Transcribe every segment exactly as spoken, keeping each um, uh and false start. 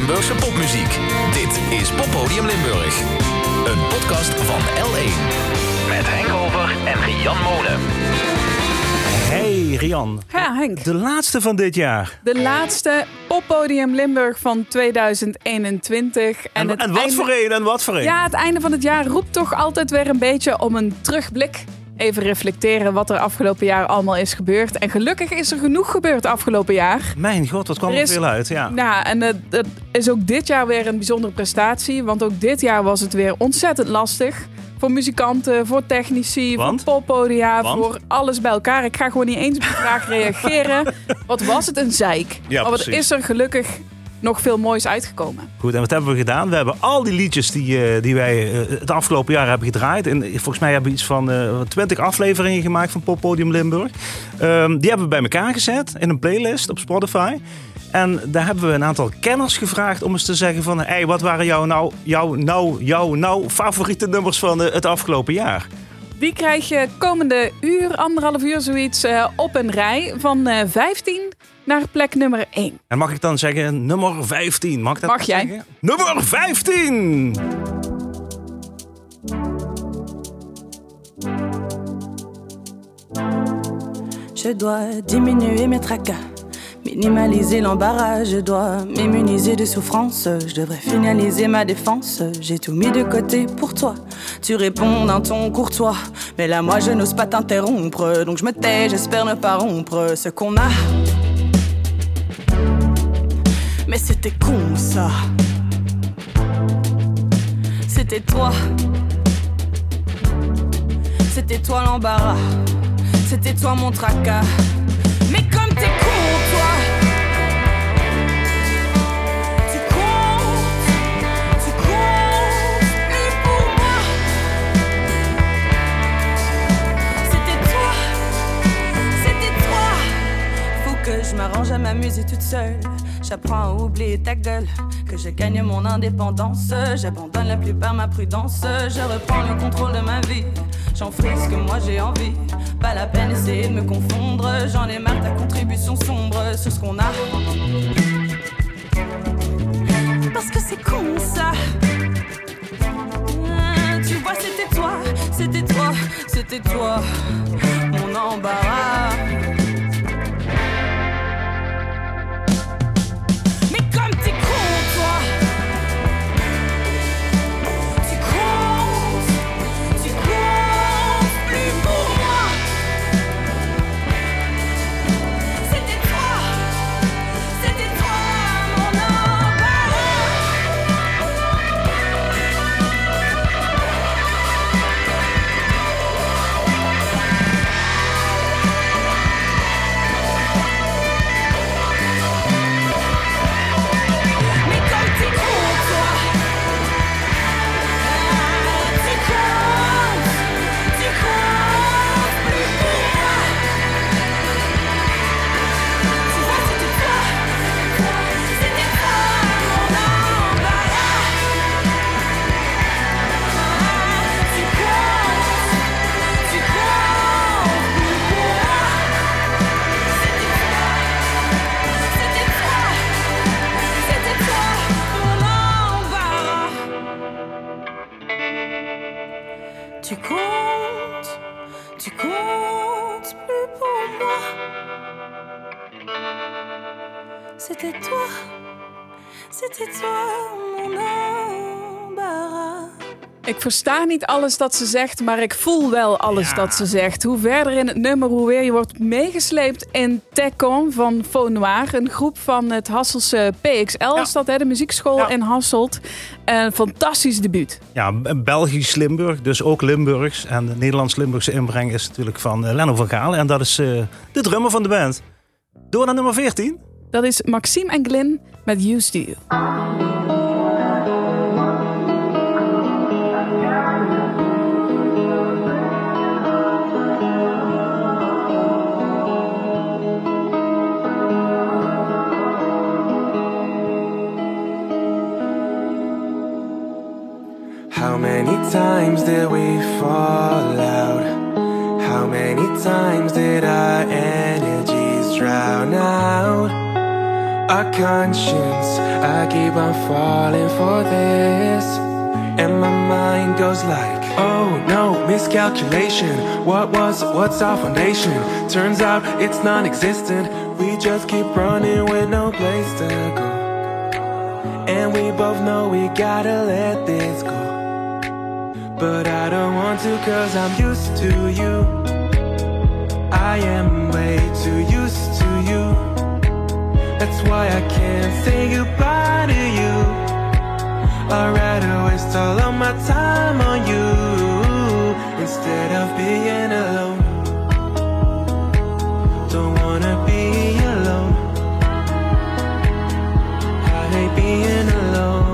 Limburgse popmuziek. Dit is Poppodium Limburg. Een podcast van L één. Met Henk Over en Rian Molen. Hey Rian. Ja, Henk. De laatste van dit jaar. De laatste Poppodium Limburg van tweeduizend eenentwintig. En, en, het en wat einde... voor een, en wat voor een. Ja, het einde van het jaar roept toch altijd weer een beetje om een terugblik. Even reflecteren wat er afgelopen jaar allemaal is gebeurd. En gelukkig is er genoeg gebeurd afgelopen jaar. Mijn god, wat kwam er, er is... veel uit. Ja, ja en het, het is ook dit jaar weer een bijzondere prestatie. Want ook dit jaar was het weer ontzettend lastig. Voor muzikanten, voor technici, Want? voor poppodia, Want? voor alles bij elkaar. Ik ga gewoon niet eens op de vraag reageren. Wat was het een zeik. Ja, maar wat precies. is er gelukkig nog veel moois uitgekomen. Goed, en wat hebben we gedaan? We hebben al die liedjes die, uh, die wij uh, het afgelopen jaar hebben gedraaid. En volgens mij hebben we iets van uh, twintig afleveringen gemaakt van Poppodium Limburg. Um, die hebben we bij elkaar gezet in een playlist op Spotify. En daar hebben we een aantal kenners gevraagd om eens te zeggen van... Hey, wat waren jouw nou, jouw nou, jouw nou favoriete nummers van uh, het afgelopen jaar? Die krijg je komende uur, anderhalf uur zoiets, uh, op een rij van uh, vijftien naar plek nummer één. En mag ik dan zeggen nummer vijftien? Mag, ik dat Mag jij? zeggen? Nummer vijftien! Je dois diminuer mes tracas, minimaliser l'embarras. Je dois m'immuniser de souffrance. Je devrais finaliser ma défense. J'ai tout mis de côté pour toi. Tu réponds d'un ton courtois, mais là moi je n'ose pas t'interrompre. Donc je me tais, j'espère ne pas rompre ce qu'on a. Mais c'était con ça. C'était toi. C'était toi l'embarras. C'était toi mon tracas. Mais comme t'es con toi. Tu comptes, tu comptes plus pour moi. C'était toi, c'était toi. Faut que je m'arrange à m'amuser toute seule. J'apprends à oublier ta gueule, que je gagne mon indépendance. J'abandonne la plupart ma prudence. Je reprends le contrôle de ma vie. J'en ferai ce que moi j'ai envie. Pas la peine d'essayer de me confondre. J'en ai marre ta contribution sombre sur ce qu'on a. Parce que c'est con ça. Ah, tu vois c'était toi, c'était toi, c'était toi. Mon embarras. Tu comptes, tu comptes plus pour moi. C'était toi, c'était toi mon embarras. Ik versta niet alles dat ze zegt, maar ik voel wel alles Ja. dat ze zegt. Hoe verder in het nummer, hoe weer je wordt meegesleept in Tecon van Faux Noir. Een groep van het Hasselse P X L, Ja. is dat, hè? De muziekschool Ja. in Hasselt. Een fantastisch debuut. Ja, Belgisch Limburg, dus ook Limburgs. En de Nederlands-Limburgse inbreng is natuurlijk van uh, Lenno van Gaal. En dat is uh, de drummer van de band. Door naar nummer veertien. Dat is Maxime en Glyn met Used to You. How many times did we fall out? How many times did our energies drown out? a conscience. I keep on falling for this, and my mind goes like, oh no, miscalculation. What was, what's our foundation? Turns out it's non-existent. We just keep running with no place to go, and we both know we gotta let this go. But I don't want to, cause I'm used to you. I am way too used to you. That's why I can't say goodbye to you. I'd rather waste all of my time on you instead of being alone. Don't wanna be alone. I hate being alone.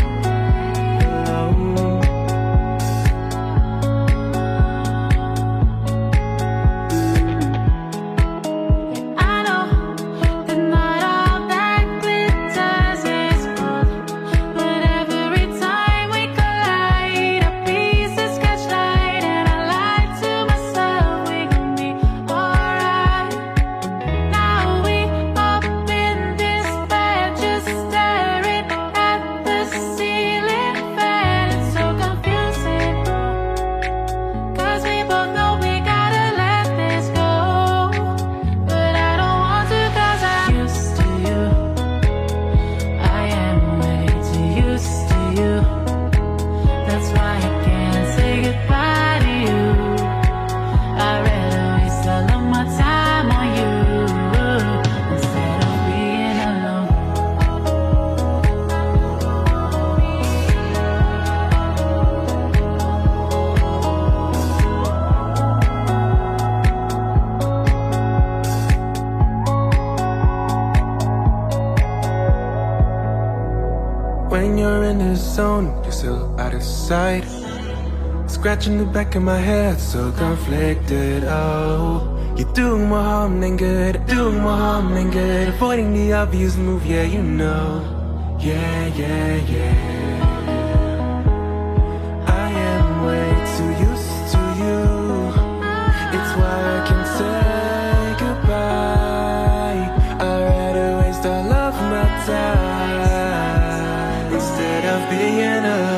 When you're in the zone, you're still out of sight. Scratching the back of my head, so conflicted. Oh, you're doing more harm than good, doing more harm than good. Avoiding the obvious move, yeah, you know. Yeah, yeah, yeah. I am way too used to you. It's why I can say goodbye. I'd rather waste all of my time instead of being alone.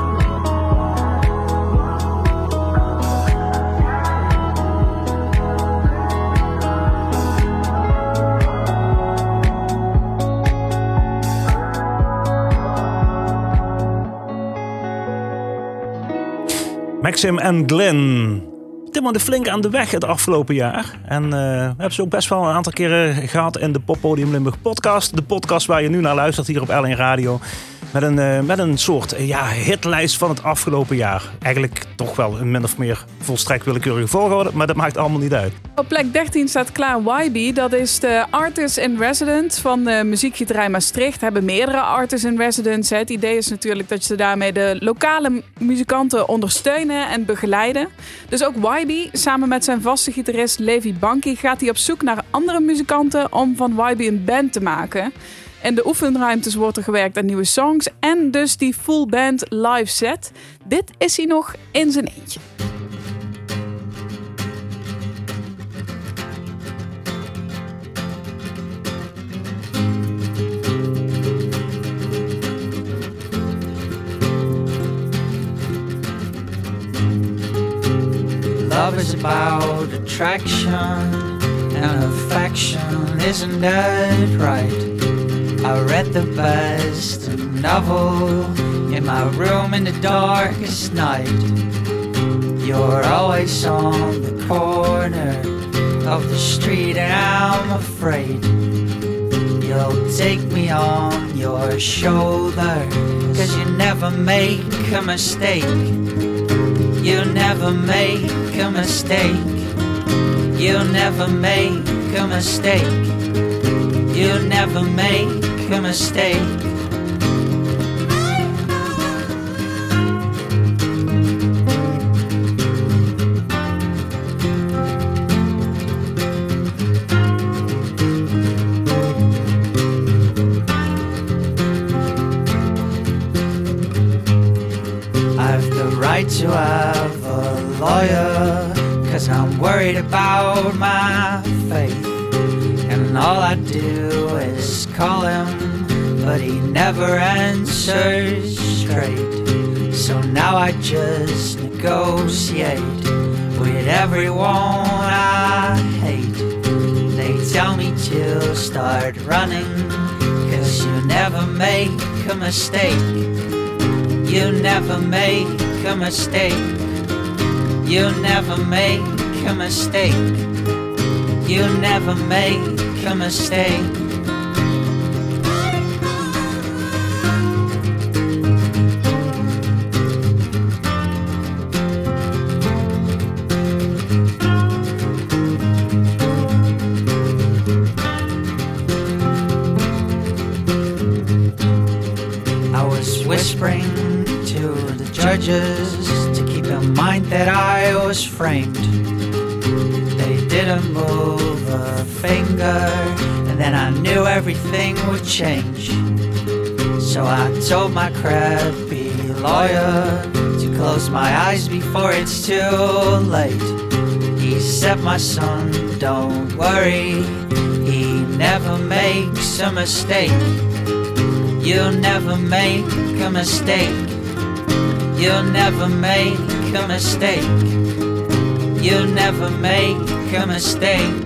Maxim en Glenn timmerden flink aan de weg het afgelopen jaar. En uh, we hebben ze ook best wel een aantal keren gehad in de Poppodium Limburg podcast. De podcast waar je nu naar luistert hier op L één Radio. Met een, uh, met een soort uh, ja, hitlijst van het afgelopen jaar. Eigenlijk toch wel een min of meer volstrekt willekeurige volgorde, maar dat maakt allemaal niet uit. Op plek dertien staat klaar Y B. Dat is de artist in residence van de muziekgieterij Maastricht. We hebben meerdere artists in residence. Het idee is natuurlijk dat ze daarmee de lokale muzikanten ondersteunen en begeleiden. Dus ook Y B, samen met zijn vaste gitarist Levi Banki, gaat hij op zoek naar andere muzikanten om van Y B een band te maken. In de oefenruimtes wordt er gewerkt aan nieuwe songs en dus die full band live set. Dit is hij nog in zijn eentje. Love is about attraction and affection, isn't that right? I read the best novel in my room in the darkest night. You're always on the corner of the street and I'm afraid you'll take me on your shoulder, 'cause you never make a mistake. You never make a mistake. You never make a mistake. You never make a mistake. I've the right to have a lawyer, 'cause I'm worried about my faith. And all I do is call him, but he never answers straight. So now I just negotiate with everyone I hate. They tell me to start running, 'cause you never make a mistake. You never make a mistake. You never make a mistake. You never make a mistake. Whispering to the judges to keep in mind that I was framed. They didn't move a finger, and then I knew everything would change. So I told my crappy lawyer to close my eyes before it's too late. He said, my son, don't worry, he never makes a mistake. You'll never make a mistake. You'll never make a mistake. You'll never make a mistake.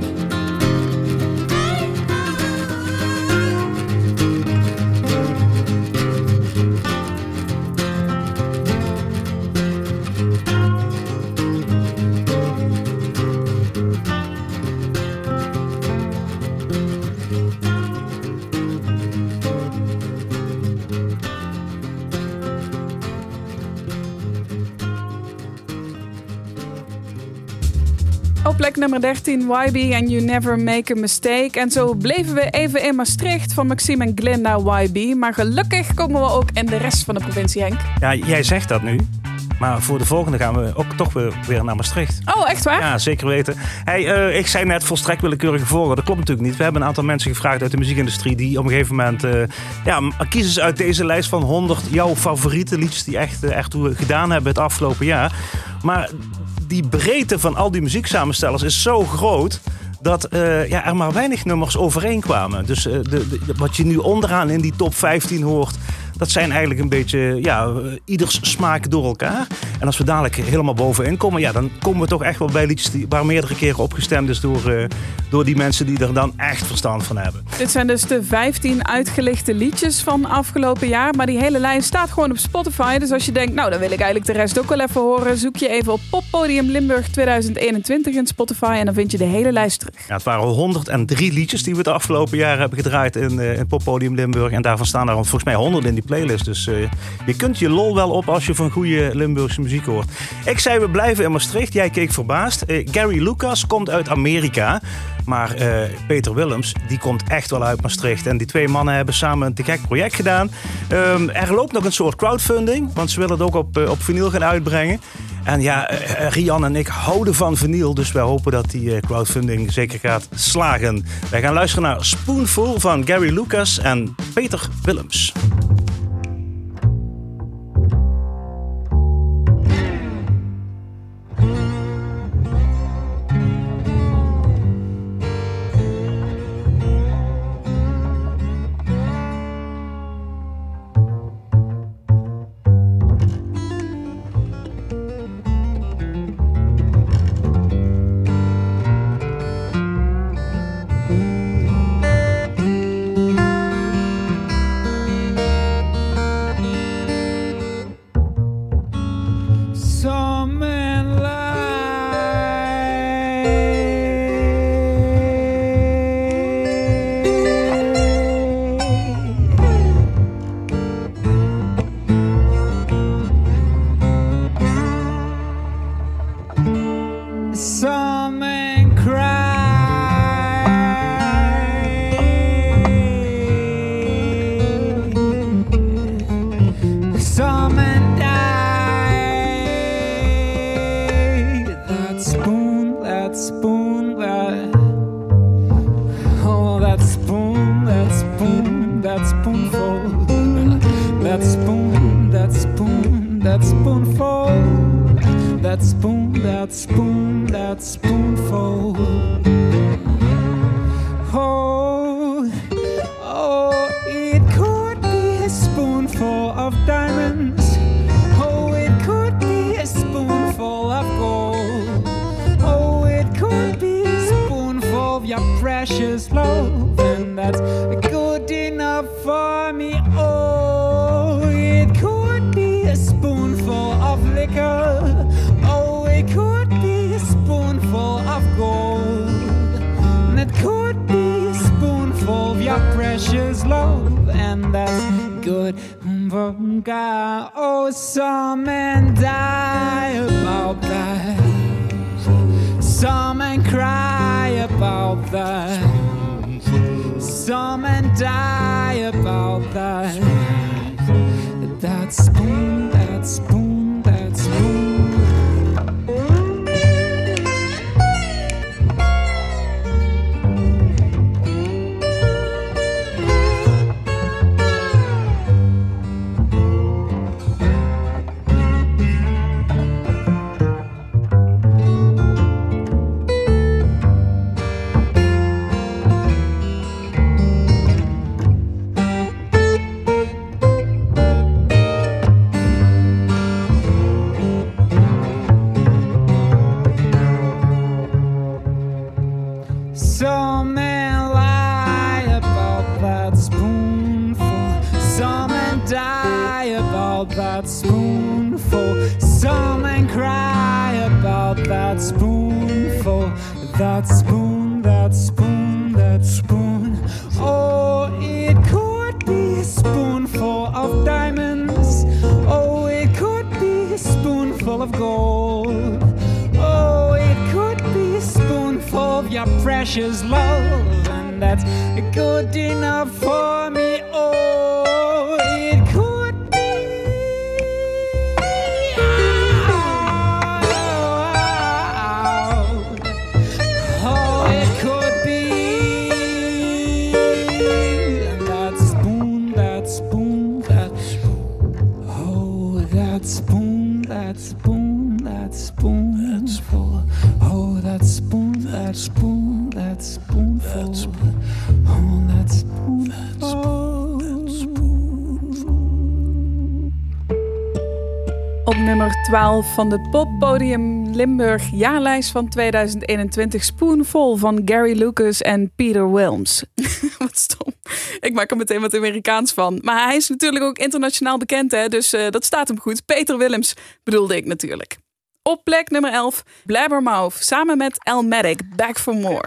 Op plek nummer dertien, Y B and You Never Make a Mistake. En zo bleven we even in Maastricht van Maxime en Glyn naar Y B. Maar gelukkig komen we ook in de rest van de provincie, Henk. Ja, jij zegt dat nu. Maar voor de volgende gaan we ook toch weer, weer naar Maastricht. Oh, echt waar? Ja, zeker weten. Hey, uh, ik zei net volstrekt willekeurige volgorde. Dat klopt natuurlijk niet. We hebben een aantal mensen gevraagd uit de muziekindustrie die op een gegeven moment... Uh, ja, kiezen ze uit deze lijst van honderd jouw favoriete liedjes die echt, uh, echt gedaan hebben het afgelopen jaar. Maar die breedte van al die muzieksamenstellers is zo groot dat uh, ja, er maar weinig nummers overeenkwamen. Dus uh, de, de, wat je nu onderaan in die top vijftien hoort, dat zijn eigenlijk een beetje ja, ieders smaak door elkaar. En als we dadelijk helemaal bovenin komen, ja, dan komen we toch echt wel bij liedjes die, waar meerdere keren opgestemd is door, uh, door die mensen die er dan echt verstand van hebben. Dit zijn dus de vijftien uitgelichte liedjes van afgelopen jaar. Maar die hele lijst staat gewoon op Spotify. Dus als je denkt, nou dan wil ik eigenlijk de rest ook wel even horen, zoek je even op Poppodium Limburg tweeduizend eenentwintig in Spotify en dan vind je de hele lijst terug. Ja, het waren honderddrie liedjes die we het afgelopen jaar hebben gedraaid in, uh, in Poppodium Limburg. En daarvan staan er volgens mij honderd in die playlist. Dus uh, je kunt je lol wel op als je van goede Limburgse muziek hoort. Ik zei, we blijven in Maastricht. Jij keek verbaasd. Uh, Gary Lucas komt uit Amerika. Maar uh, Peter Willems, die komt echt wel uit Maastricht. En die twee mannen hebben samen een te gek project gedaan. Um, er loopt nog een soort crowdfunding. Want ze willen het ook op, uh, op vinyl gaan uitbrengen. En ja, uh, Rian en ik houden van vinyl. Dus wij hopen dat die uh, crowdfunding zeker gaat slagen. Wij gaan luisteren naar Spoonful van Gary Lucas en Peter Willems. Oh, oh. precious love, and that's good for God. Oh, some men die about that, some men cry about that, some men die about that. That spoon, that spoon, that spoon. Some men lie about that spoonful, some men die about that spoonful, some men cry about that spoonful, that spoon, that spoon, that spoon. Oh, it could be a spoonful of diamonds, oh, it could be a spoonful of gold, oh, it could be a spoonful of your precious love, and that's good enough for me. Oh, it could be. Oh, it could be. And that spoon, that spoon, that spoon. Oh, that spoon, that spoon, that spoon. That's full. Oh, that spoon, that spoon, that spoonful. That spoon. Oh, that spoon, that spoon, that spoon. Op nummer twaalf van de Poppodium Limburg jaarlijst van tweeduizend eenentwintig, Spoonful van Gary Lucas en Peter Wilms. Wat stom. Ik maak er meteen wat Amerikaans van. Maar hij is natuurlijk ook internationaal bekend, hè? Dus uh, dat staat hem goed. Peter Wilms bedoelde ik natuurlijk. Op plek nummer elf, Blabbermouth samen met Elmatic, Back for More.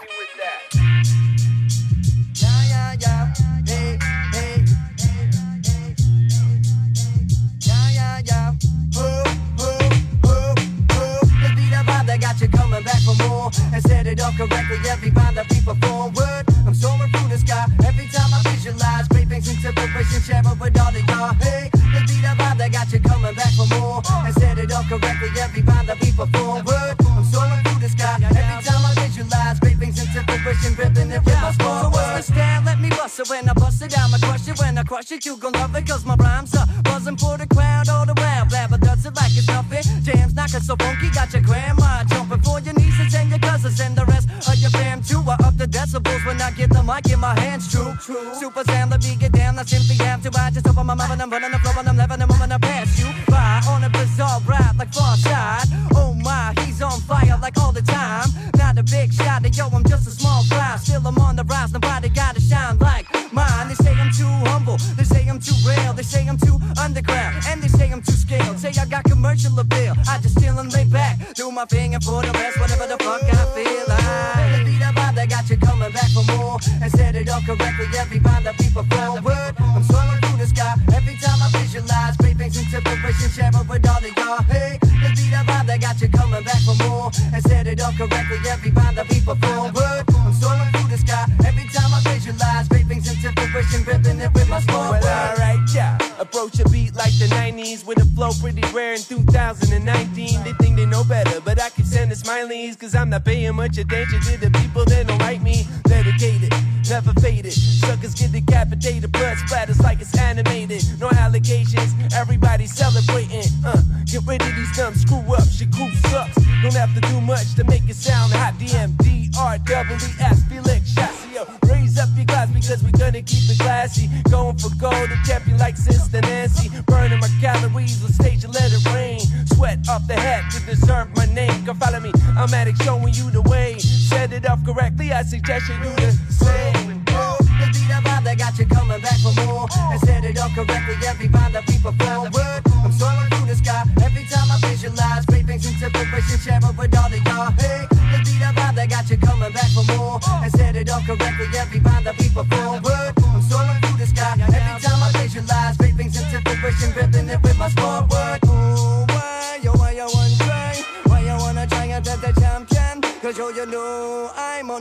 Back for more and set it up correctly every time that we perform. Word, I'm soaring through the sky every time I visualize great things into vibration, share it with all of y'all. Hey, the beat of vibe that got you coming back for more and set it up correctly every time that we perform. Word, I'm soaring through the sky every time I visualize great things into vibration, ripping it with my small. So what's the style? Let me bust it when I bust it. I'ma crush it when I crush it. You gon' love it 'cause my rhymes are buzzing for the crowd all the while. Blabber does it like it's nothing. Jams knocking so funky, got your grandma jumping for your nieces and your cousins and the rest of your fam too. I up the decibels when I get the mic in my hands. True, true. Super sound, let me get down. I simply have to. I just open my mouth and I'm running the flow and I'm living the moment I pass you by on a bizarre ride like Far Side. Oh my, he's on fire like all the time. Not a big shot, yo, I'm just a small fry. Still I'm on the rise, nobody gotta shine like mine. They say I'm too humble, they say I'm too real, they say I'm too underground, and they say I'm too scaled. Say I got commercial appeal, I just chill and lay back, do my thing and for the rest, whatever the fuck I feel like. The beat of vibe that got you coming back for more and set it up correctly every time that we perform. Word, I'm soaring through the sky every time I visualize great things into vibration, share it with all of y'all. Hey, the beat of vibe that got you coming back for more and set it up correctly every time that we perform. Word, I'm soaring through the sky every time I visualize great things into vibration, ripping it with my small. Well, alright, yeah. Approach a beat like the nineties with a flow pretty rare in two thousand nineteen. They think they know better, but I keep sending smileys 'cause I'm not paying much attention to the people that don't like me. Dedicated, never faded. Suckers get decapitated, blood splatters like it's animated. No allegations, everybody celebrating. Uh, get rid of these dumb screw ups, your crew sucks. Don't have to do much to make it sound hot. D M D R W E S, Felix Chassio. Raise up your glass because we gonna keep it classy. Going for gold, it can't be like Sister Nancy. Burning my calories on stage and let it rain. Sweat off the head to deserve my name. Come follow me, I'm at it showing you the way. Set it up correctly, I suggest you do the same. The beat of vibe that got you coming back for more and set it up correctly every time that we perform. Word, I'm soaring through the sky every time I visualize great things into vibration, share it with all of y'all. Hey, the beat of vibe that got you coming back for more and set it up correctly every time that we perform. Word, I'm soaring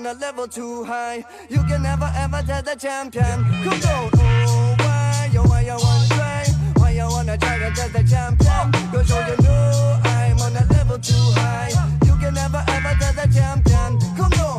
on a level too high. You can never ever tell the champion. Come down, oh why you why you wanna try? Why you wanna try to tell the champion? Cause oh you know I'm on a level too high. You can never ever tell the champion. Come down.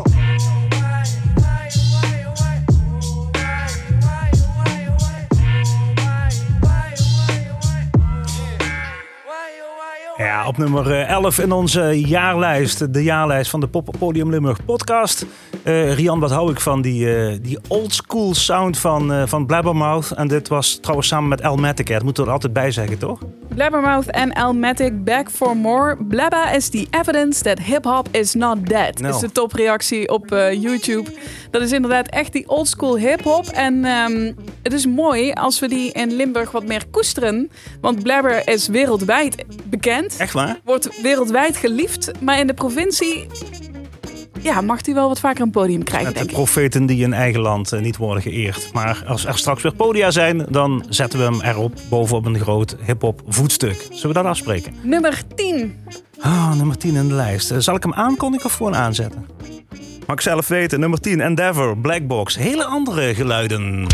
Ja, op nummer elf in onze jaarlijst. De jaarlijst van de Poppodium Limburg podcast. Uh, Rian, wat hou ik van die, uh, die old school sound van, uh, van Blabbermouth. En dit was trouwens samen met Elmatic. Dat moeten we er altijd bij zeggen, toch? Blabbermouth en Elmatic, back for more. Blabba is the evidence that hip-hop is not dead. No. Is de topreactie op uh, YouTube. Dat is inderdaad echt die old school hip-hop. En um, het is mooi als we die in Limburg wat meer koesteren. Want Blabber is wereldwijd bekend. Echt waar? Wordt wereldwijd geliefd. Maar in de provincie... Ja, mag hij wel wat vaker een podium krijgen, Met denk de ik. profeten die in eigen land uh, niet worden geëerd. Maar als er straks weer podia zijn, dan zetten we hem erop bovenop een groot hip-hop voetstuk. Zullen we dat afspreken? Nummer tien. Ah, nummer tien in de lijst. Uh, zal ik hem aankondigen of gewoon aanzetten? Mag ik zelf weten. Nummer tien, Endeavor, Black Box. Hele andere geluiden.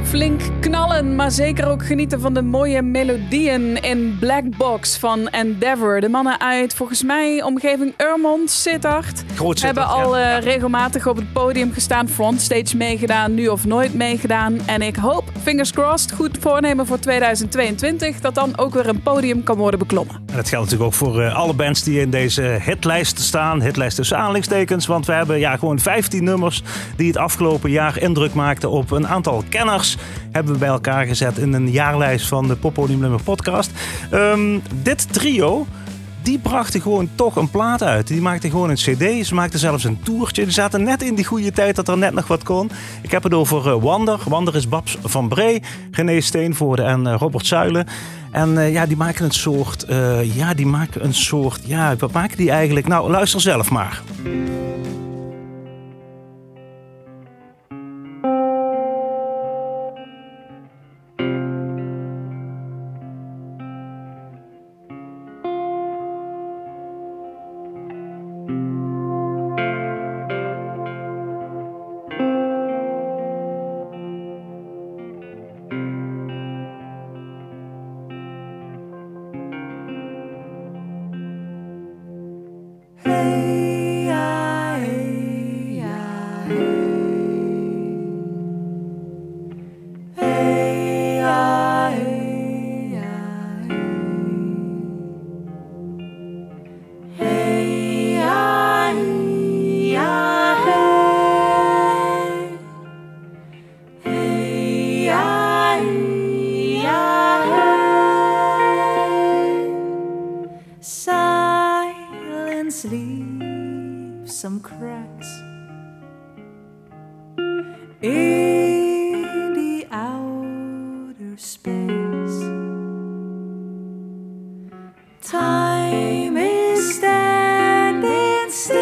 Flink knallen, maar zeker ook genieten van de mooie melodieën in Black Box van Endeavour. De mannen uit, volgens mij, omgeving Urmond, Sittard. Groot hebben Sittard, al ja. uh, regelmatig op het podium gestaan, frontstage meegedaan, nu of nooit meegedaan. En ik hoop, fingers crossed, goed voornemen voor tweeduizend tweeëntwintig, dat dan ook weer een podium kan worden beklommen. En dat geldt natuurlijk ook voor uh, alle bands die in deze hitlijst staan. Hitlijst tussen aanhalingstekens, want we hebben ja, gewoon vijftien nummers die het afgelopen jaar indruk maakten op een aantal kenners. Hebben we bij elkaar gezet in een jaarlijst van de Poppodium Limburg podcast. Um, dit trio, die brachten gewoon toch een plaat uit. Die maakten gewoon een cd. Ze maakten zelfs een toertje. Die zaten net in die goede tijd dat er net nog wat kon. Ik heb het over uh, Wander. Wander is Babs van Bree, René Steenvoorde en uh, Robert Zuilen. En uh, ja, die maken een soort... Uh, ja, die maken een soort... Ja, wat maken die eigenlijk? Nou, luister zelf maar. Some cracks in the outer space. Time is standing still,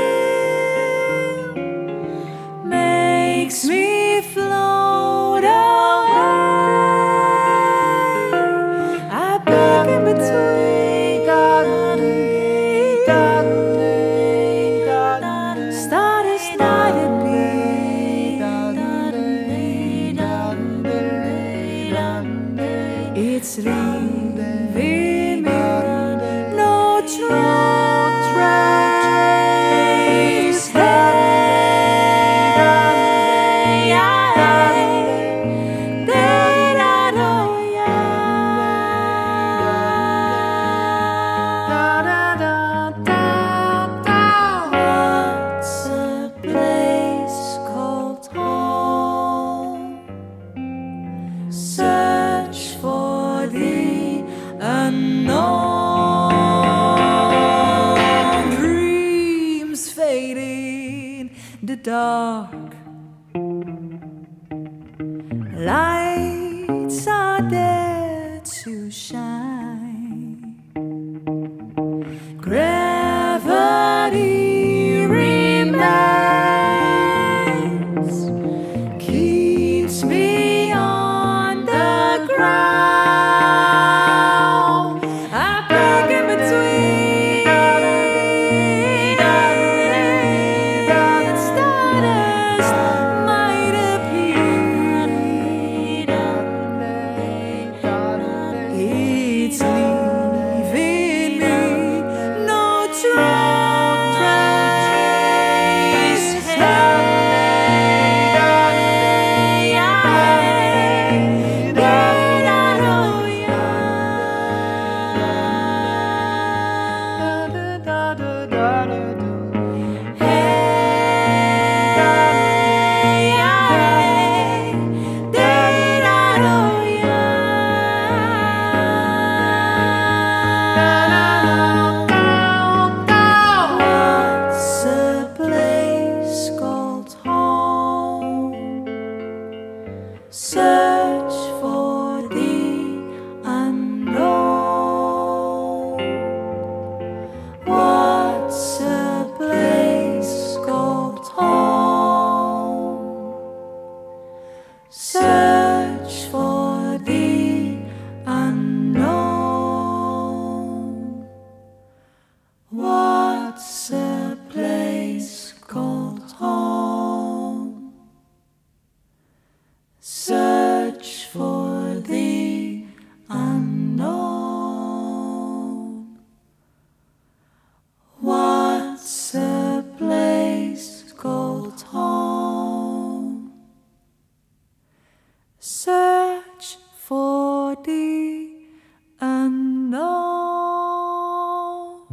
makes me float away. I beg in between. It's leaving me no trace. What's a place called home? Search for the unknown. Dreams fading the dark. Lights are there to shine. Gravity remains, keeps me on the ground. I break in between and stardust might appear.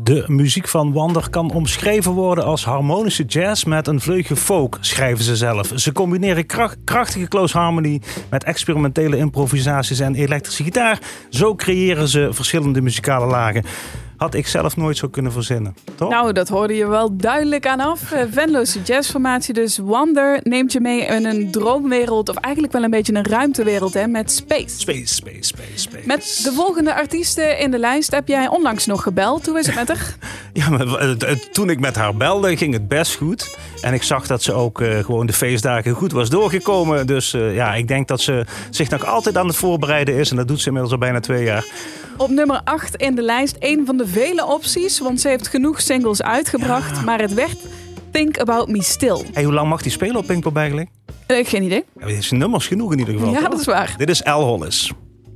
De muziek van Wander kan omschreven worden als harmonische jazz met een vleugje folk, schrijven ze zelf. Ze combineren kracht, krachtige close harmony met experimentele improvisaties en elektrische gitaar. Zo creëren ze verschillende muzikale lagen. Had ik zelf nooit zo kunnen verzinnen, toch? Nou, dat hoorde je wel duidelijk aan af. Uh, Venlose jazzformatie dus. Wander neemt je mee in een droomwereld, of eigenlijk wel een beetje een ruimtewereld, hè, met space. Space, space, space, space. Met de volgende artiesten in de lijst heb jij onlangs nog gebeld. Hoe is het met haar? Ja, maar uh, toen ik met haar belde, ging het best goed. En ik zag dat ze ook uh, gewoon de feestdagen goed was doorgekomen. Dus uh, ja, ik denk dat ze zich nog altijd aan het voorbereiden is. En dat doet ze inmiddels al bijna twee jaar. Op nummer acht in de lijst, een van de vele opties, want ze heeft genoeg singles uitgebracht. Ja. Maar het werd Think About Me Still. Hey, hoe lang mag die spelen op Pinkpop eigenlijk? Uh, geen idee. Ja, het is nummers genoeg in ieder geval. Ja, toch? dat is waar. Dit is Elle Hollis.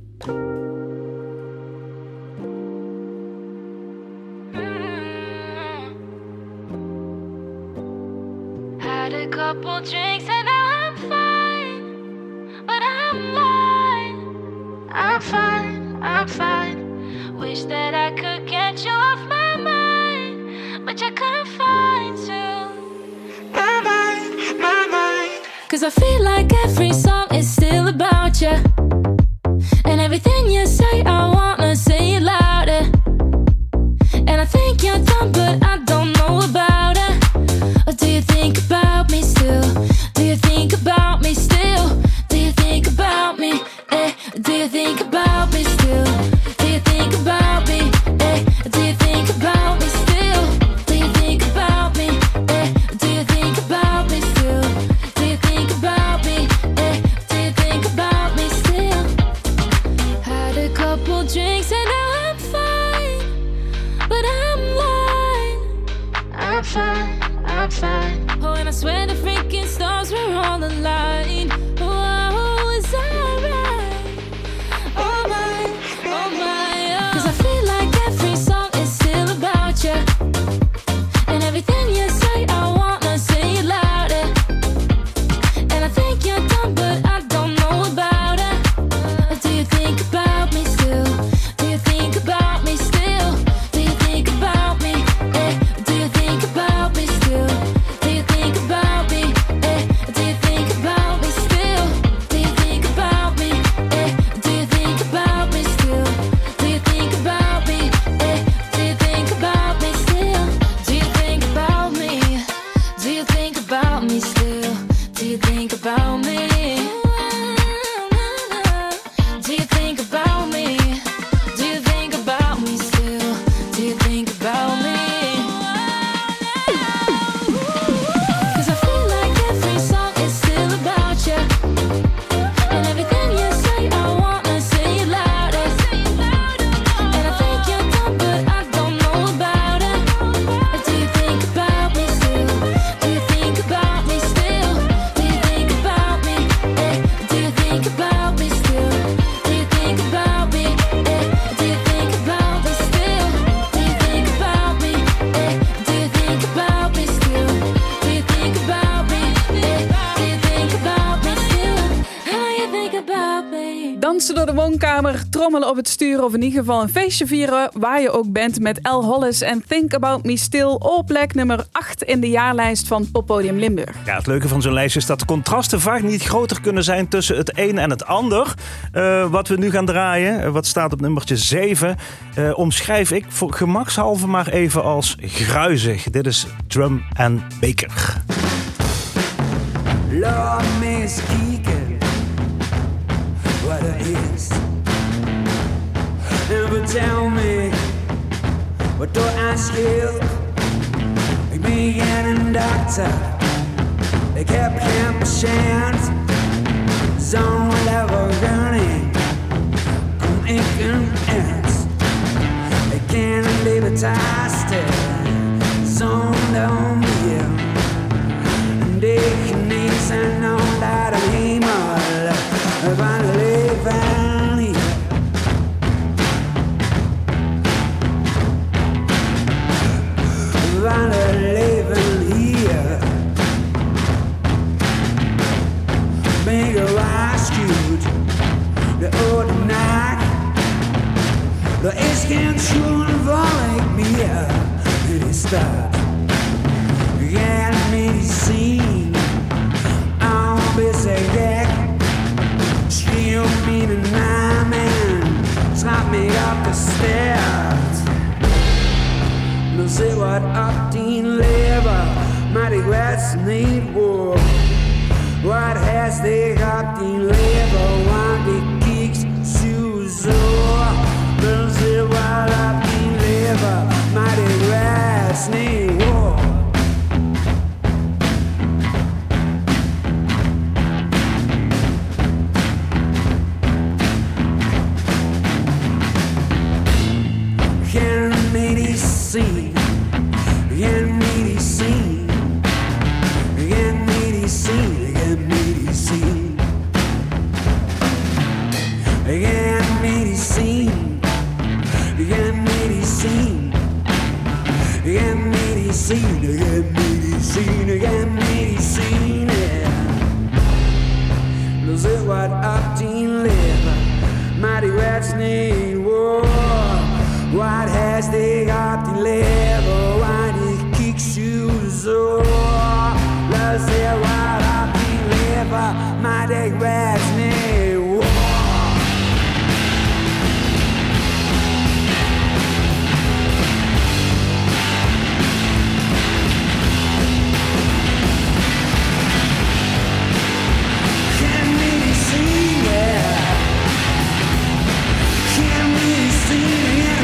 Had a couple drinks and now I'm fine, but I'm lying. I'm fine. I'm fine. Wish that I could get you off my mind, but you couldn't find to. My mind, my mind. Cause I feel like every song is still about you, and everything you say I wanna say it louder. And I think you're done, but I don't know about it. Or do you think about me still? Do you think about me still? Do you think about me? Eh? Do you think about me still? Do you think about me? Eh? Do you think about me still? Do you think about me? Eh? Do you think about me still? Do you think about me? Eh? Do you think about me still? Had a couple drinks and now I'm fine, but I'm lying. I'm fine, I'm fine. Oh, and I swear the freaking stars were all aligned. Oh, it's alright. Oh my, oh my, oh. Cause I feel like every song is still about you, and everything you say I wanna say it louder. And I think you're done, but I don't know about it. Do you think about me still? Do you think about me still? Do you think about me? Eh? Do you think about me still? Do you think about me? Eh? Do you think about me still? Do you think about me? Eh? Do you think about me still? Do you think about me? Eh? Do you think about me still? Do you think about me? Do you think about me still? Do you think about me? Do you think about me? Do you think about me still? Do you think about me? Cause I feel like every song is still about you, and everything you say I wanna say it louder. And I think you're done, but I don't know about it. Do you think about me still? Do you think about me still? Do you think about me? Eh? Do you think about me still? Do you think about me? Eh? Do you think about me still? Do you think about me? Eh? Do you think about me still? Do you think about me? Eh? Do you think about me still? How you think about me? Dansen door de woonkamer, trommelen op het stuur of in ieder geval een feestje vieren waar je ook bent met Elle Hollis en Think About Me Still op plek nummer acht in de jaarlijst van Poppodium Limburg. Ja, het leuke van zo'n lijst is dat de contrasten vaak niet groter kunnen zijn tussen het een en het ander. Uh, wat we nu gaan draaien, uh, wat staat op nummertje zeven, uh, omschrijf ik voor gemakshalve maar even als gruizig. Dit is Drum and Baker. Lord, Miss Keegan, what it is. Never tell me, but don't ask you. Ik ben geen dokter, ik heb geen patiënt. Zo'n level running, kom ik een eind. Ik kan leven tasten, zonder meer. En ik genees en onder de hemel van het leven hier. Van het leven hier. Ben gewaarschuwd, de oude nacht. Er is geen schoen voor ik meer. start. Get medicine on busy deck. Shield me to nine man, slap me up the stairs. No say what up teen lever, mighty grass need war. What has they got the lever, one the kicks shoes off. No say what up teen lever, mighty grass need war. Get medicine, get medicine, get medicine, get medicine, get medicine, get medicine, get medicine, get medicine, get medicine. Lose it what up teen liver, mighty rats need war. What has they got the level? Why they kick shoes off? Let's see what I deliver. My day rats need war. Can we see that? Can we see that?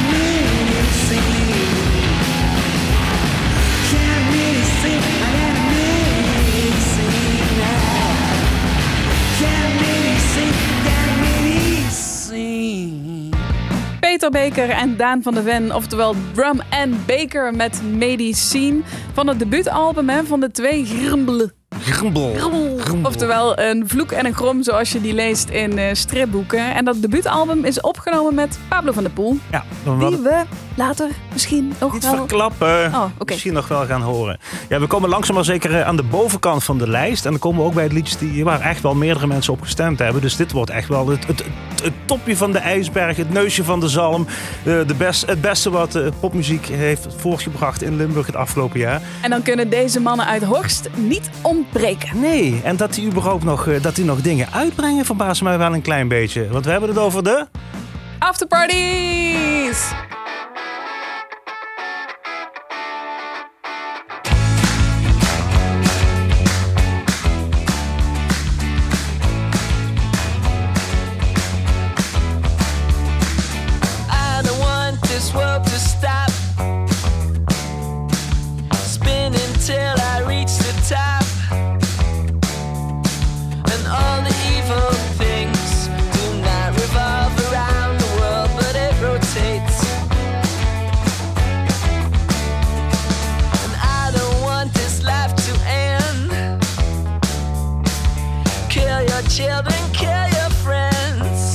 Peter Baker en Daan van de Ven, oftewel Drum and Baker met Medicine. Van het debuutalbum hè, van de twee Grumble. Grumbel. Grumbel. Oftewel een vloek en een grom zoals je die leest in uh, stripboeken. En dat debuutalbum is opgenomen met Pablo van der Poel. Ja, die we later misschien nog niet wel... verklappen. Oh, okay. Misschien nog wel gaan horen. Ja, we komen langzaam maar zeker aan de bovenkant van de lijst. En dan komen we ook bij het liedjes die, waar echt wel meerdere mensen op gestemd hebben. Dus dit wordt echt wel het, het, het, het topje van de ijsberg. Het neusje van de zalm. De, de best, het beste wat uh, popmuziek heeft voortgebracht in Limburg het afgelopen jaar. En dan kunnen deze mannen uit Horst niet ontbreken. Nee, en dat die überhaupt nog, uh, dat die nog dingen uitbrengen verbaast mij wel een klein beetje. Want we hebben het over de... Afterparties! Children, kill your friends.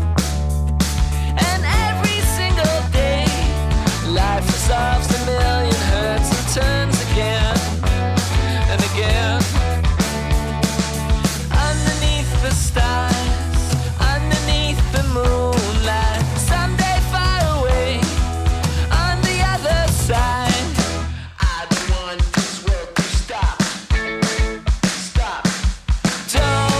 And every single day, life resolves a million hurts and turns again and again. Underneath the stars, underneath the moonlight, someday far away, on the other side. I don't want this world to stop. Stop. Don't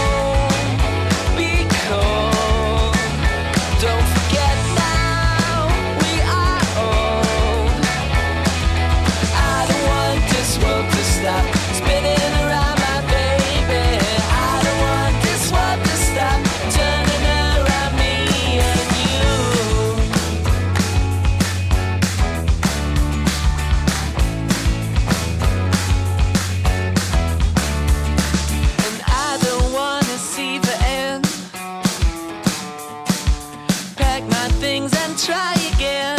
try again.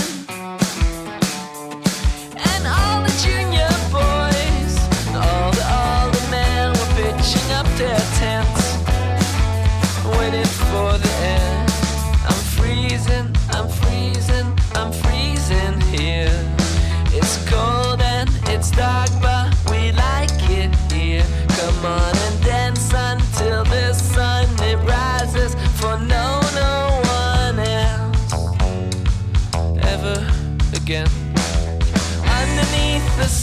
And all the junior boys, all the all the men were pitching up their tents, waiting for the end. I'm freezing, I'm freezing, I'm freezing here. It's cold and it's dark, but we like it here. Come on and dance until the sun it rises, for no no one else ever again. Underneath the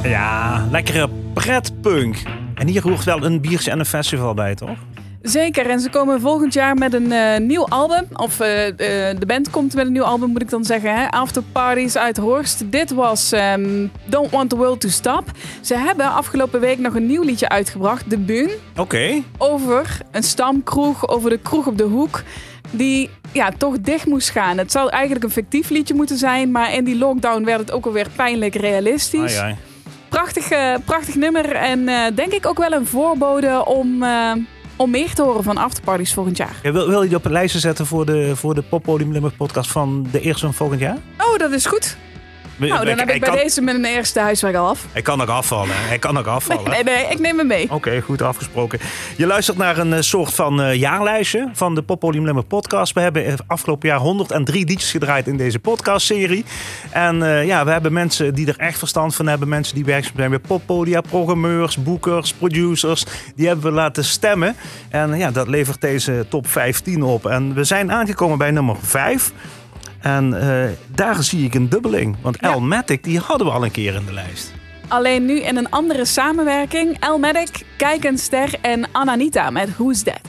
Ja, lekkere pretpunk. En hier hoort wel een biertje en een festival bij, toch? Zeker, en ze komen volgend jaar met een uh, nieuw album. Of uh, uh, de band komt met een nieuw album, moet ik dan zeggen. Hè? After Parties uit Horst. Dit was um, Don't Want The World To Stop. Ze hebben afgelopen week nog een nieuw liedje uitgebracht. De Bühne. Oké. Okay. Over een stamkroeg, over de kroeg op de hoek. Die ja, toch dicht moest gaan. Het zou eigenlijk een fictief liedje moeten zijn. Maar in die lockdown werd het ook alweer pijnlijk realistisch. Ai, ai. Prachtig, uh, prachtig nummer. En uh, denk ik ook wel een voorbode om... Uh, Om meer te horen van afterparties volgend jaar. Ja, wil, wil je die op een lijstje zetten voor de, voor de Poppodium Limburg podcast van de eerste van volgend jaar? Oh, dat is goed. Nou, dan heb ik bij kan, deze mijn eerste huiswerk al af. Hij kan ook afvallen. Hij kan ook afvallen. Nee, nee, nee ik neem hem mee. Oké, okay, goed afgesproken. Je luistert naar een soort van uh, jaarlijstje van de Poppodium Limburg podcast. We hebben afgelopen jaar honderddrie liedjes gedraaid in deze podcastserie. En uh, ja, we hebben mensen die er echt verstand van hebben. Mensen die werkzaam zijn bij poppodia, programmeurs, boekers, producers. Die hebben we laten stemmen. En uh, ja, dat levert deze top vijftien op. En we zijn aangekomen bij nummer vijf. En uh, daar zie ik een dubbeling. Want ja. Elmatic, die hadden we al een keer in de lijst. Alleen nu in een andere samenwerking. Elmatic, Kijk een Ster en Ananita met Who's That?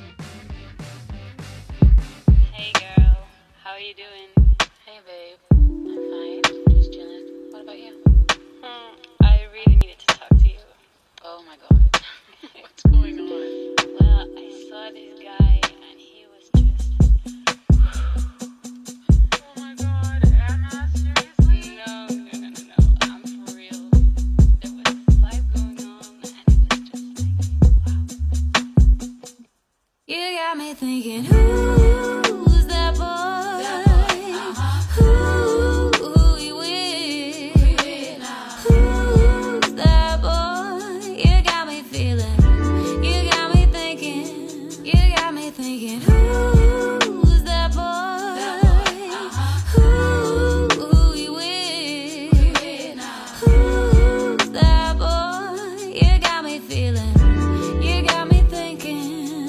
Hey girl, how are you doing? Hey babe, I'm fine, just chilling. What about you? Hmm, I really needed to talk to you. Oh my god, what's going on? Well, I saw this guy and he was just... You got me thinking, who's that boy? Who, who you with? Who's that boy? You got me feeling, you got me thinking, you got me thinking, who's that boy? Who, who you with? Who's that boy? You got me feeling, you got me thinking.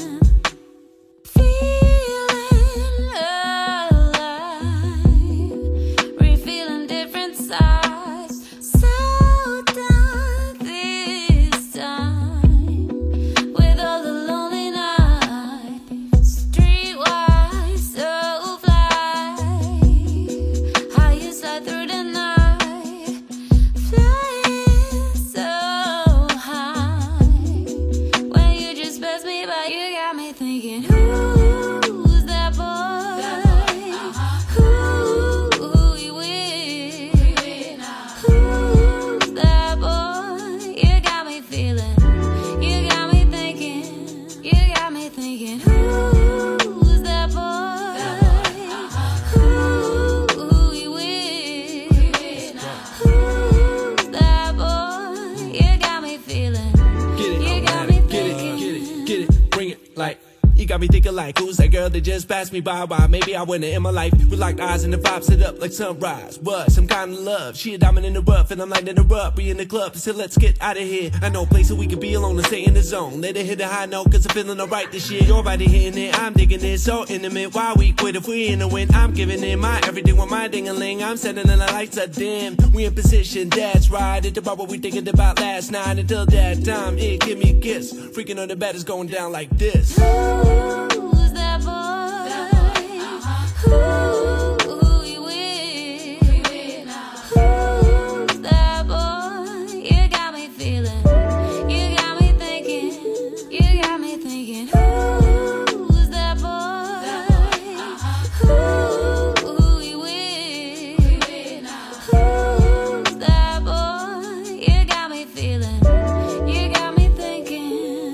Like, who's that girl that just passed me by? Why? Maybe I went in my life with like eyes and the vibes sit up like sunrise. What? Some kind of love. She a diamond in the rough and I'm lighting her up. We in the club, so let's get out of here. I know a place where we can be alone and stay in the zone. Let it hit a high note, cause I'm feeling alright this year. Your body hitting it, I'm digging it. So intimate, why we quit if we in the wind? I'm giving it my everything with my ding-a-ling. I'm setting and the lights are dim. We in position, that's right. It's about what we thinking about last night. Until that time, it give me a kiss. Freaking on the bed is going down like this. Who's that boy? Who, who you with? Who's that boy? You got me feeling, you got me thinking, you got me thinking. Who's that boy? Who, who you with? Who's that boy? You got me feeling, you got me thinking.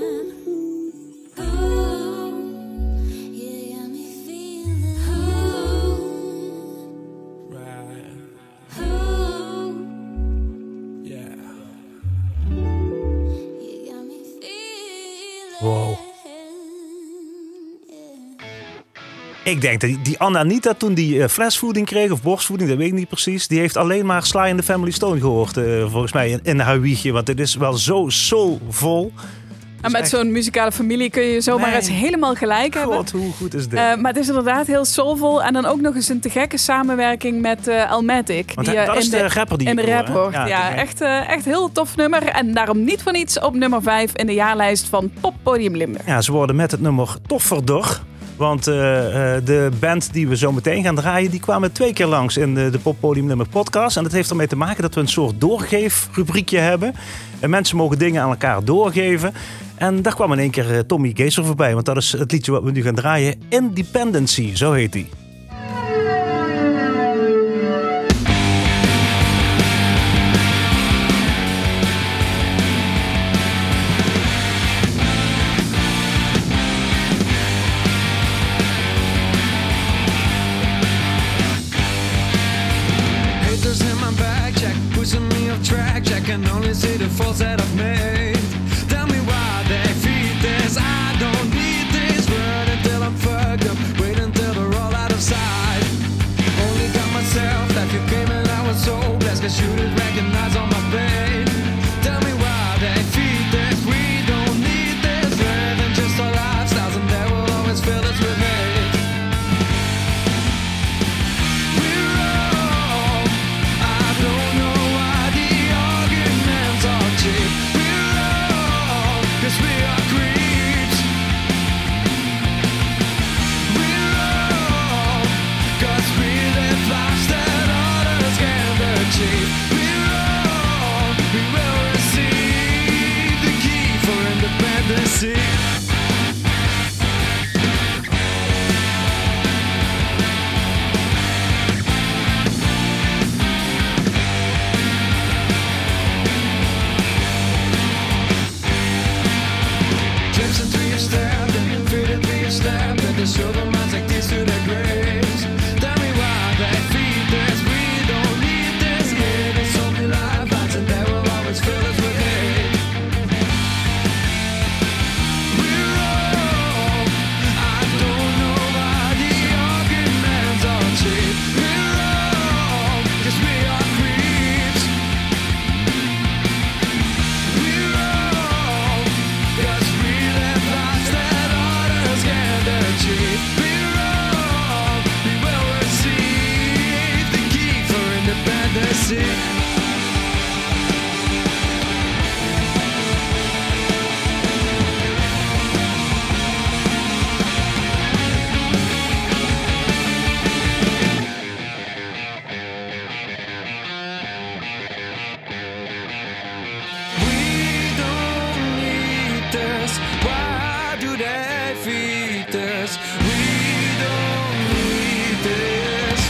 Wow. Ik denk dat die, die Ananita toen die uh, flesvoeding kreeg, of borstvoeding, dat weet ik niet precies. Die heeft alleen maar Sly and the Family Stone gehoord, uh, volgens mij, in, in haar wiegje. Want het is wel zo soulvol. En met zo'n muzikale familie kun je zomaar Nee. eens helemaal gelijk hebben. God, hoe goed is dit? Uh, maar het is inderdaad heel soulvol. En dan ook nog eens een te gekke samenwerking met uh, Elmatic. Want die, hij- uh, dat is in de rapper die in de ik hoor, rap hè? hoort. Ja, Ja, te gek. echt, uh, echt heel tof nummer. En daarom niet voor niets op nummer vijf in de jaarlijst van Poppodium Limburg. Ja, ze worden met het nummer tofferder. Want uh, uh, de band die we zo meteen gaan draaien, die kwamen twee keer langs in de, de Poppodium Limburg podcast. En dat heeft ermee te maken dat we een soort doorgeefrubriekje hebben. En mensen mogen dingen aan elkaar doorgeven. En daar kwam in één keer uh, Tommy Geeser voorbij. Want dat is het liedje wat we nu gaan draaien. Independency, zo heet die. Haters in my back check, pushing me off track. Check can only see the faults that I've made. Tell me why they feed this. I don't need this word until I'm fucked up. Wait until they're all out of sight. Only got myself that you came and I was so blessed. Cause you did recognize all my pain. Tell me why they feed this. We don't need this. Living just our lifestyles and they will always fill us with hate. We're wrong. I don't know why the arguments are cheap. We're wrong, 'cause we are creeps. We're wrong, 'cause we live lives that others can't achieve. We're wrong, we will receive the key for independency. Clips and three stabbed and faded three stabbed and they show the minds like these to their graves. Tell me why they feed this. We don't need this. It is only lifelines and they will always fill us with hate. We're wrong. I don't know why the arguments are cheap. We're wrong, 'cause we are creeps. We're wrong, 'cause we live lives that others can't achieve. We're wrong, we will receive the key for independency. We don't need this. Why do they feed us? We don't need this.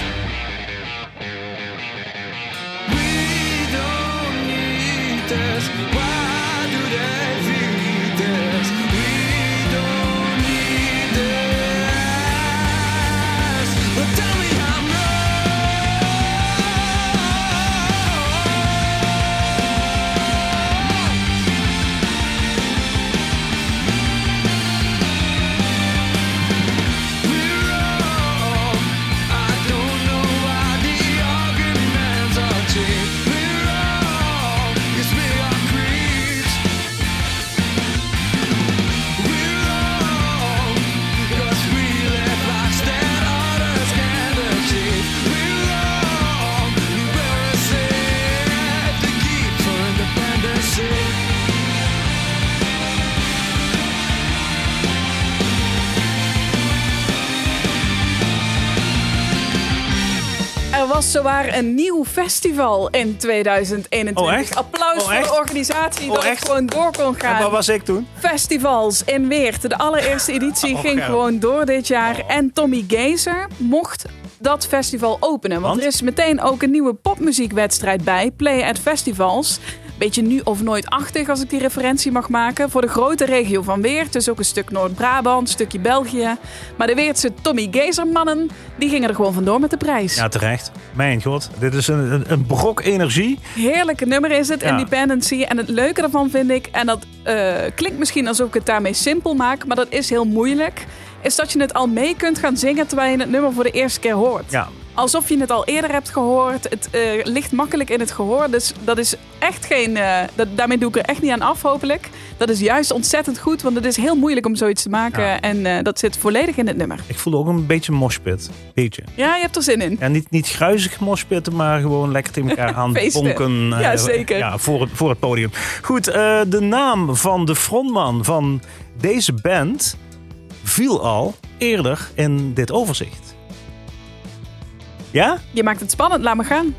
We don't need this. Why do they feed us? We don't need this. But tell me I'm We're wrong. I don't know why the arguments are cheap. We're wrong, 'cause we are creeps. We're wrong, 'cause we live lives that others can't achieve. We're wrong, we will receive the key for independency. Er was zowaar een nieuw festival in tweeduizend eenentwintig. Oh, echt? Applaus Oh, voor echt? de organisatie Oh, dat het echt? gewoon door kon gaan. En waar was ik toen? Festivals in Weert. De allereerste editie Oh, ging ja. gewoon door dit jaar. En Tommy Geeser mocht dat festival openen. Want, Want? er is meteen ook een nieuwe popmuziekwedstrijd bij. Play at Festivals. Beetje nu of nooit-achtig als ik die referentie mag maken. Voor de grote regio van Weert. Dus ook een stuk Noord-Brabant, een stukje België. Maar de Weertse Tommy Geeser mannen, die gingen er gewoon vandoor met de prijs. Ja, terecht. Mijn god. Dit is een, een, een brok energie. Heerlijke nummer is het, Ja. Independency. En het leuke daarvan vind ik, en dat eh, klinkt misschien alsof ik het daarmee simpel maak, maar dat is heel moeilijk, is dat je het al mee kunt gaan zingen terwijl je het nummer voor de eerste keer hoort. Ja, alsof je het al eerder hebt gehoord. Het uh, ligt makkelijk in het gehoor. Dus dat is echt geen... Uh, dat, daarmee doe ik er echt niet aan af, hopelijk. Dat is juist ontzettend goed, want het is heel moeilijk om zoiets te maken. Ja. En uh, dat zit volledig in het nummer. Ik voelde ook een beetje moshpit. Beetje. Ja, je hebt er zin in. Ja, niet, niet gruizig moshpitten, maar gewoon lekker tegen elkaar aan bonken. Uh, ja, zeker. Ja, voor, het, voor het podium. Goed, uh, de naam van de frontman van deze band viel al eerder in dit overzicht. Ja? Je maakt het spannend, laat me gaan.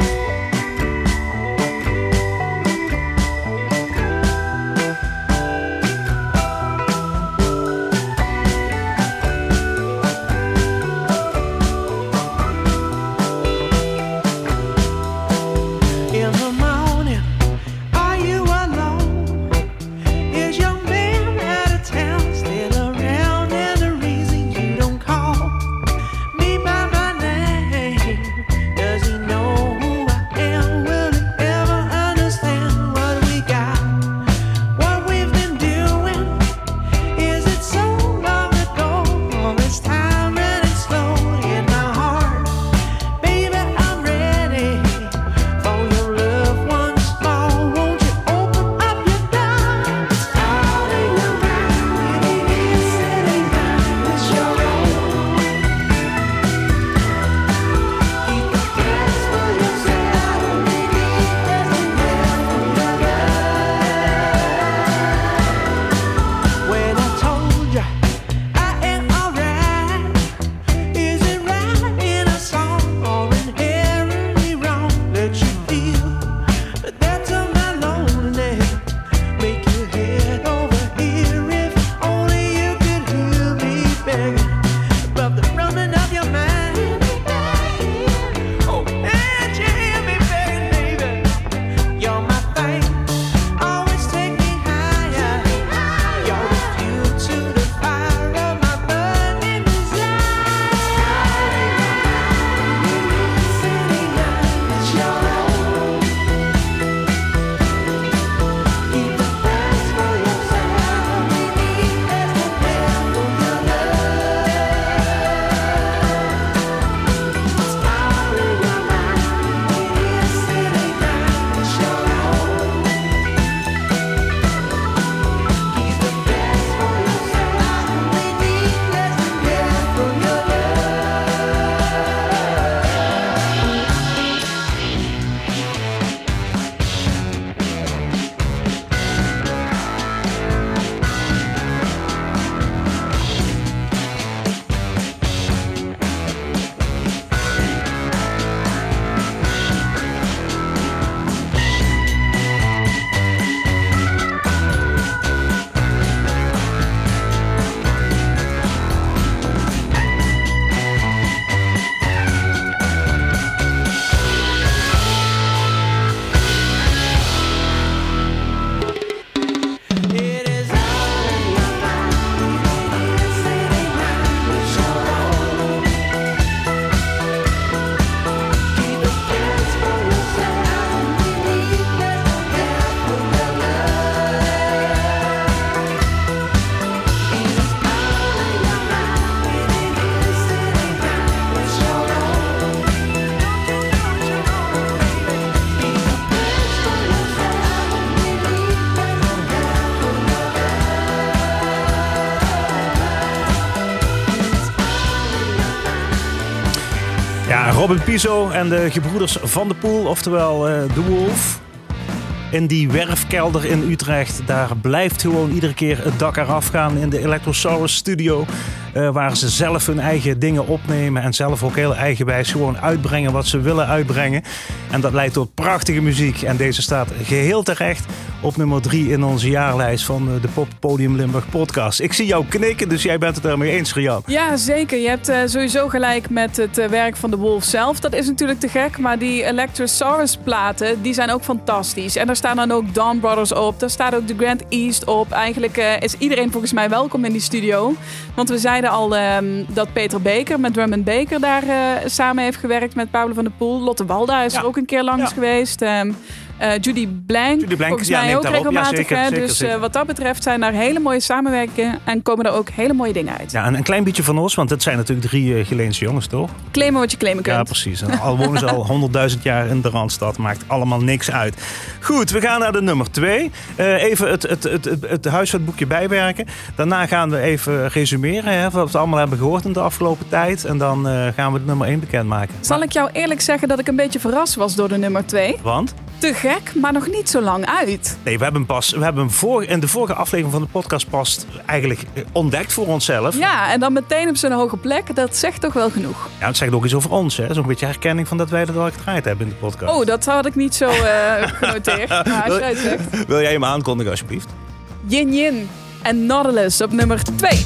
Robin Piso en de gebroeders Van de Poel, oftewel uh, The Wolf. In die werfkelder in Utrecht, daar blijft gewoon iedere keer het dak eraf gaan in de Electrosaurus studio. Uh, waar ze zelf hun eigen dingen opnemen en zelf ook heel eigenwijs gewoon uitbrengen wat ze willen uitbrengen. En dat leidt tot prachtige muziek. En deze staat geheel terecht op nummer drie in onze jaarlijst van de Pop Podium Limburg podcast. Ik zie jou knikken, dus jij bent het ermee eens, Rian. Ja, zeker. Je hebt uh, sowieso gelijk met het uh, werk van de Wolf zelf. Dat is natuurlijk te gek, maar die Electrosaurus platen, die zijn ook fantastisch. En daar staan dan ook Dawn Brothers op. Daar staat ook The Grand East op. Eigenlijk uh, is iedereen volgens mij welkom in die studio. Want we zeiden al um, dat Peter Beker met Drum and Baker daar uh, samen heeft gewerkt met Pablo van der Poel. Lotte Walda is ja. er ook een keer langs ja. geweest. Um, Uh, Judy Blank, Judy Blank volgens ja, mij ook daarop. regelmatig. Ja, zeker, hè? zeker, dus zeker. Uh, wat dat betreft zijn daar hele mooie samenwerkingen en komen er ook hele mooie dingen uit. Ja, en een klein beetje van ons, want het zijn natuurlijk drie uh, Geleense jongens, toch? Claimen wat je claimen kunt. Ja, precies. En al wonen ze al honderdduizend jaar in de Randstad, maakt allemaal niks uit. Goed, we gaan naar de nummer twee. Uh, even het, het, het, het, het huishoudboekje bijwerken. Daarna gaan we even resumeren, hè, wat we allemaal hebben gehoord in de afgelopen tijd. En dan uh, gaan we het nummer één bekendmaken. Zal ik jou eerlijk zeggen dat ik een beetje verrast was door de nummer twee? Want? Te gek, maar nog niet zo lang uit. Nee, we hebben hem pas, we hebben hem voor, in de vorige aflevering van de podcast pas eigenlijk ontdekt voor onszelf. Ja, en dan meteen op zo'n hoge plek, dat zegt toch wel genoeg. Ja, het zegt ook iets over ons, hè. Dat is ook een beetje herkenning van dat wij dat al gedraaid hebben in de podcast. Oh, dat had ik niet zo uh, genoteerd. Maar als jij het zegt. Wil jij hem aankondigen, alsjeblieft? Yin Yin en Nautilus op nummer twee.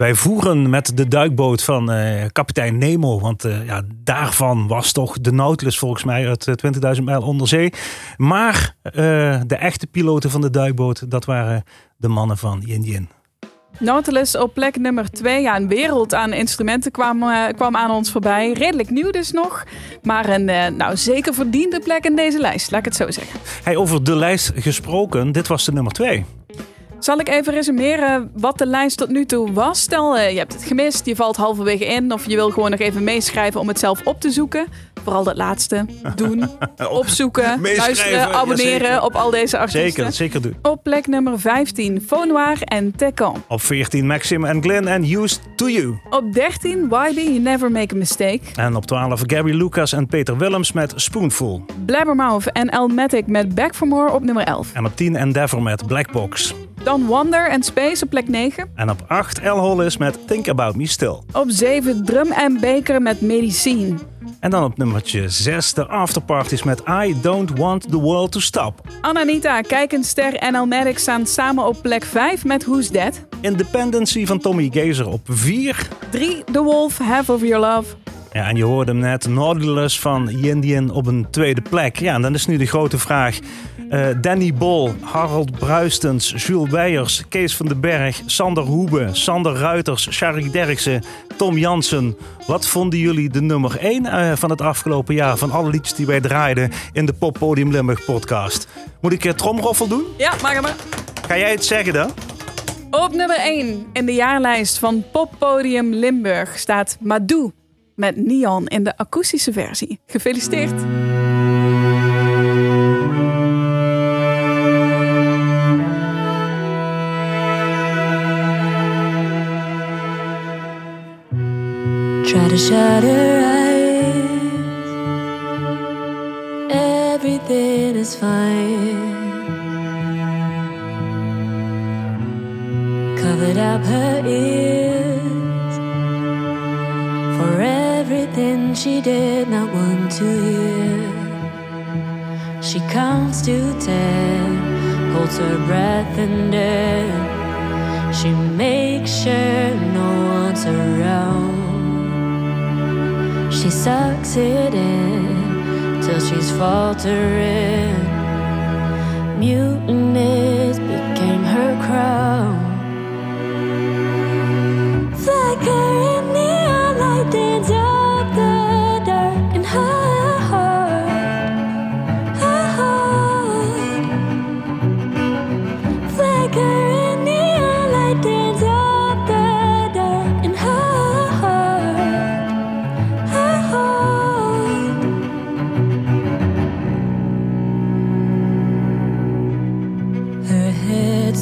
Wij voeren met de duikboot van uh, kapitein Nemo. Want uh, ja, daarvan was toch de Nautilus volgens mij uit uh, twintigduizend mijl onder zee. Maar uh, de echte piloten van de duikboot, dat waren de mannen van Yin Yin. Nautilus op plek nummer twee. Ja, een wereld aan instrumenten kwam, uh, kwam aan ons voorbij. Redelijk nieuw dus nog. Maar een uh, nou, zeker verdiende plek in deze lijst, laat ik het zo zeggen. Hey, over de lijst gesproken, dit was de nummer twee. Zal ik even resumeren wat de lijst tot nu toe was? Stel, uh, je hebt het gemist, je valt halverwege in... of je wil gewoon nog even meeschrijven om het zelf op te zoeken. Vooral dat laatste. Doen, opzoeken, luisteren, abonneren ja, op al deze artiesten. Zeker, zeker doen. Op plek nummer vijftien, Faux Noir en Tekken. Op veertien, Maxim en Glenn en Used to You. Op dertien, Y B, You Never Make a Mistake. En op twaalf, Gary Lucas en Peter Willems met Spoonful. Blabbermouth en Elmatic met Back for More op nummer elf. En op tien, Endeavor met Black Box. Dan Wonder en Space op plek negen. En op acht, El Hollis met Think About Me Still. Op zeven, Drum en Baker met Medicine. En dan op nummertje zes, de Afterparties met I Don't Want the World to Stop. Ananita, Kijkenster en Elmatic staan samen op plek vijf met Who's That? Independency van Tommy Gazer op vier. drie, The Wolf, Half of Your Love. Ja, en je hoorde hem net, Nautilus van Yin Yin op een tweede plek. Ja, en dan is nu de grote vraag. Uh, Danny Bol, Harold Bruistens, Jules Weijers, Kees van den Berg, Sander Hoebe, Sander Ruiters, Sharik Derksen, Tom Jansen. Wat vonden jullie de nummer één uh, van het afgelopen jaar van alle liedjes die wij draaiden in de Pop Podium Limburg podcast? Moet ik uh, tromroffel doen? Ja, maak maar. Ga jij het zeggen dan? Op nummer één in de jaarlijst van Pop Podium Limburg staat Madou met Neon in de akoestische versie. Gefeliciteerd! Try to shut her eyes. Everything is fine. Covered up her ears for everything she did not want to hear. She counts to ten, holds her breath and then she makes sure no one's around. She sucks it in till she's faltering. Muteness became her crown. Flickering neon light dance up the dark in her heart, her heart. Flickering neon light dance up the dark in her heart, her heart. Her head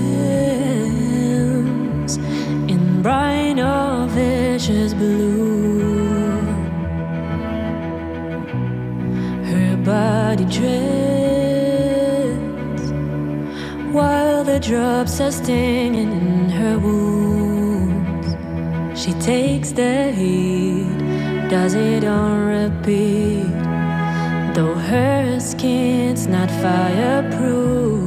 swims in bright or vicious blue. Her body drifts while the drops are stinging in her wounds. She takes the heat, does it on repeat, though her skin's not fireproof.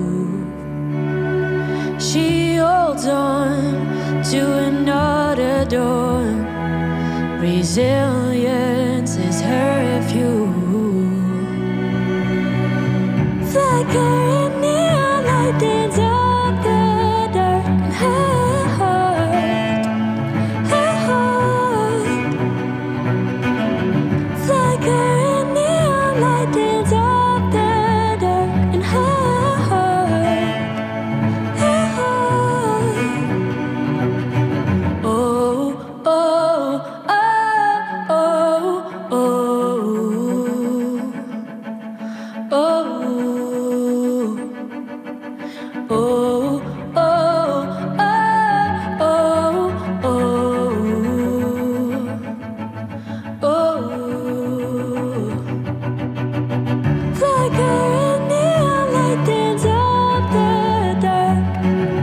She holds on to another door. Resilience is her refuge. Flickering neon light dance up the dark in her heart, her heart. Flickering neon light dance up the dark in her heart, her heart. Oh, oh, oh, oh, oh, oh. Oh, oh, oh, oh, oh, oh. Flickering neon light dance up the dark.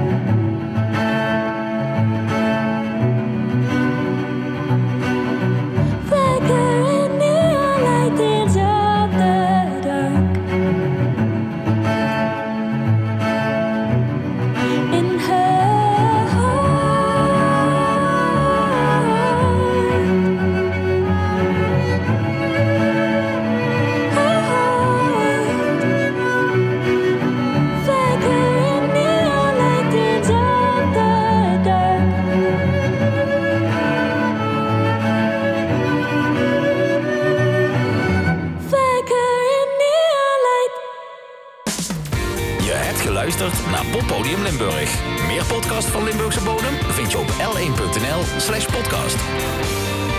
Flickering neon light dance up the dark. Limburg. Meer podcast van Limburgse bodem vind je op l één punt n l slash podcast.